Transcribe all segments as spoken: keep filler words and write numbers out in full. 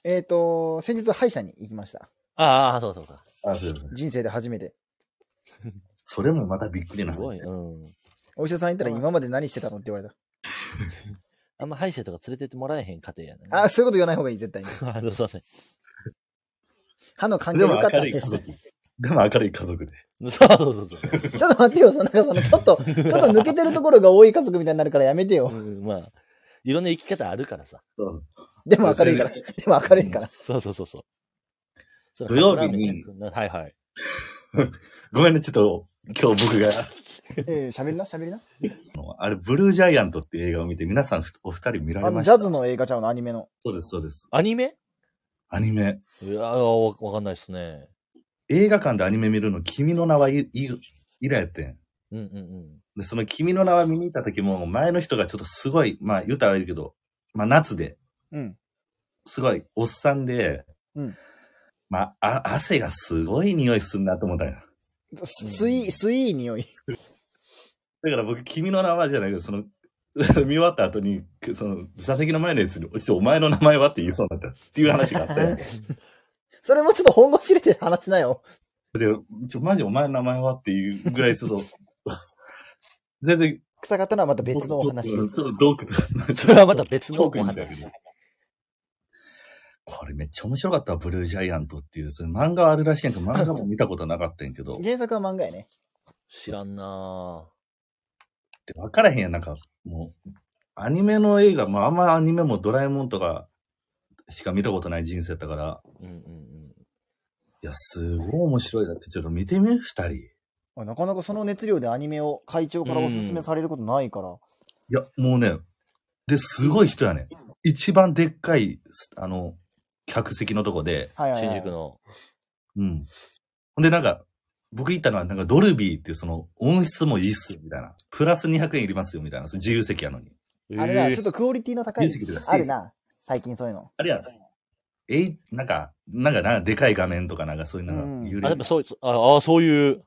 えっと、先日歯医者に行きました。 ああ、そうそうそう。 あ、そうですね。 人生で初めて。 それもまたびっくりな話。 すごい。うん。 お医者さん行ったら今まで何してたのって言われた。 あんま歯医者とか連れてってもらえへん家庭やね。 あ、そういうこと言わない方がいい、絶対に。 あ、すいません。 歯の関係でも良かったです。 明るい家族。でも明るい家族で。 そうそうそうそう。 ちょっと待ってよ、そのなんかそのちょっと、ちょっと抜けてるところが多い家族みたいになるからやめてよ。 うん、まあ、いろんな生き方あるからさ。 そうでも明るいから。でも明るいから。 そうそうそうそう。それ土曜日に初ラーメン焼くはいはい。 ごめんね、ちょっと今日僕が、 えー、喋りな、喋りな。 あれ、ブルージャイアントっていう映画を見て、皆さんお二人見らあの、 れました？ ジャズの映画ちゃうの、アニメの。 そうです、そうです。 アニメアニメ。 いやー、わわかんないっすね。 映画館でアニメ見るの、君の名はいい以来やってん。 うんうんうん。 で、その君の名は見に行った時も、前の人がちょっとすごい、まあ言うたらいいけど、まあ夏で、 うん。 すごいおっさんで、 うん。 まあ、あ、汗がすごい匂いすんなと思ったんや。 すい、すい匂い。 だから僕、君の名はじゃないけど、その、見終わった後に、その、座席の前のやつに、ちょっとお前の名前はって言いそうになったっていう話があって。 それもちょっと本腰入れて話しなよ。 で、ちょ、マジお前の名前はっていうぐらいちょっと、全然、 草方のはまた別のお話。 そうそうどうそれはまた別のおトークにな話る。これめっちゃ面白かったわ、ブルージャイアントっていう。それ漫画あるらしいんやけど、漫画も見たことなかったんやけど。 原作は漫画やね。 知らんなで分からへんやん、なんか、もう、アニメの映画、まああんまアニメもドラえもんとかしか見たことない人生やったから、 うんうんうん。 いや、すごい面白いだって、ちょっと見てみ二人。 あなかなかその熱量でアニメを会長からおすすめされることないから。 いや、もうね、で、すごい人やね。一番でっかい、あの、客席のとこで、 はいはいはい、 新宿の。 うん。ほんで、なんか、僕行ったのは、なんかドルビーっていうその音質もいいっすよ、みたいな。プラスにひゃくえんいりますよ、みたいな。その自由席やのに。 あれな、ちょっとクオリティの高い。 自由席ですあるな。最近そういうの。 あれやん。えい、なんか、なんかな、でかい画面とかなんかそういうのがうん揺れる。 あ、やっぱそう、ああ、そういう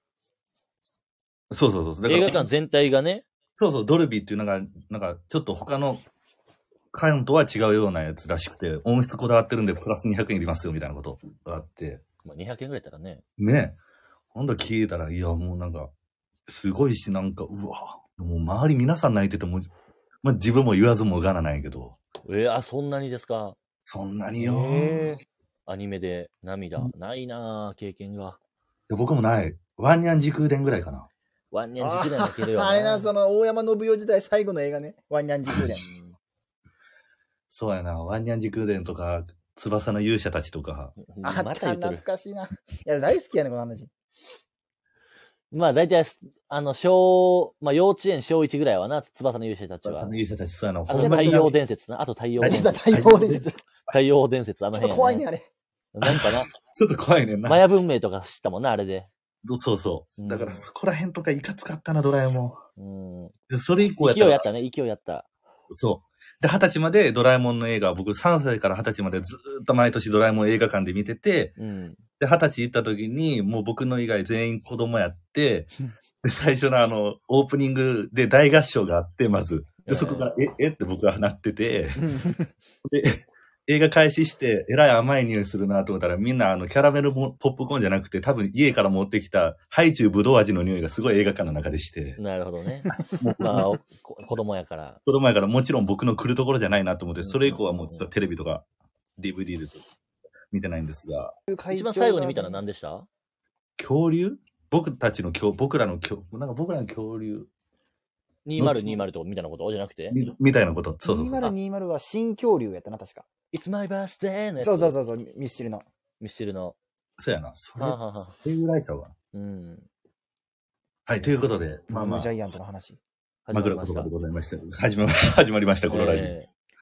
そうそうそう。だから映画館全体がね。 そうそう、ドルビーっていうのが、なんか、ちょっと他の館とは違うようなやつらしくて、音質こだわってるんで、プラスにひゃくえんいりますよ、みたいなことがあって。 まあ、にひゃくえんぐらいだったらね。 ね。ほんと聞いたら、いや、もうなんか、すごいし、なんか、うわ、もう周り皆さん泣いてても、まあ自分も言わずもがなないけど、 えー、あ、そんなにですか。 そんなによ。 へーアニメで涙。ないなぁ、経験が。 いや僕もない。ワンニャン時空伝ぐらいかな。 ワンニャン時空伝泣けるよな。 あれな、その大山信代時代最後の映画ね。ワンニャン時空伝。 そうやな。ワンニャン時空伝とか、翼の勇者たちとか。 あった、 また言っとる懐かしいな。いや、大好きやね、この話。 まあ大体、あの、小、まあ幼稚園小いちぐらいはな、翼の勇者たちは。 翼の勇者たち、そうやな。 あと太陽伝説な。あと太陽伝実は説。 太陽伝説。ち太陽伝説、あのょっ辺、 と怖いね、あれ。 なんかな。 ちょっと怖いねんな。 マヤ文明とか知ったもんな、あれで。 そうそう。だからそこら辺とかいかつかったな、ドラえもうん。 ん。でそれ以降やったら勢いやったね、勢いやった。 そう。で、二十歳までドラえもんの映画を僕さんさいから二十歳までずーっと毎年ドラえもん映画館で見てて、 うん。 で、二十歳行った時にもう僕の以外全員子供やって、で最初のあの、オープニングで大合唱があって、まず。で、そこから、え、えって僕はなってて、で、映画開始して、えらい甘い匂いするなと思ったら、みんなあの、キャラメルポップコーンじゃなくて、多分家から持ってきた、ハイチュウブドウ味の匂いがすごい映画館の中でして。 なるほどね。まあ、こ子供やから。 子供やからもちろん僕の来るところじゃないなと思って、それ以降はもうちょっとテレビとか ディーブイディー で見てないんですが。 一番最後に見たのは何でした？ 恐竜僕たちの恐、僕らの恐、なんか僕らの恐竜。 にせんにじゅうとかみたいなことじゃなくてみみたいなこと。そうそうそう。 にせんにじゅうは新恐竜やったな、確か。 It's my birthday のやつ。 そうそうそうそう、ミスチルの。 ミスチルの。 そうやな。それ、 はあはあはあそれぐらいちゃうわ。 うん。 はい、ということで、まあまあブルージ、ャイアントの話。 マグロ言葉でございました。始ま、始まりました、このラジオ。 えー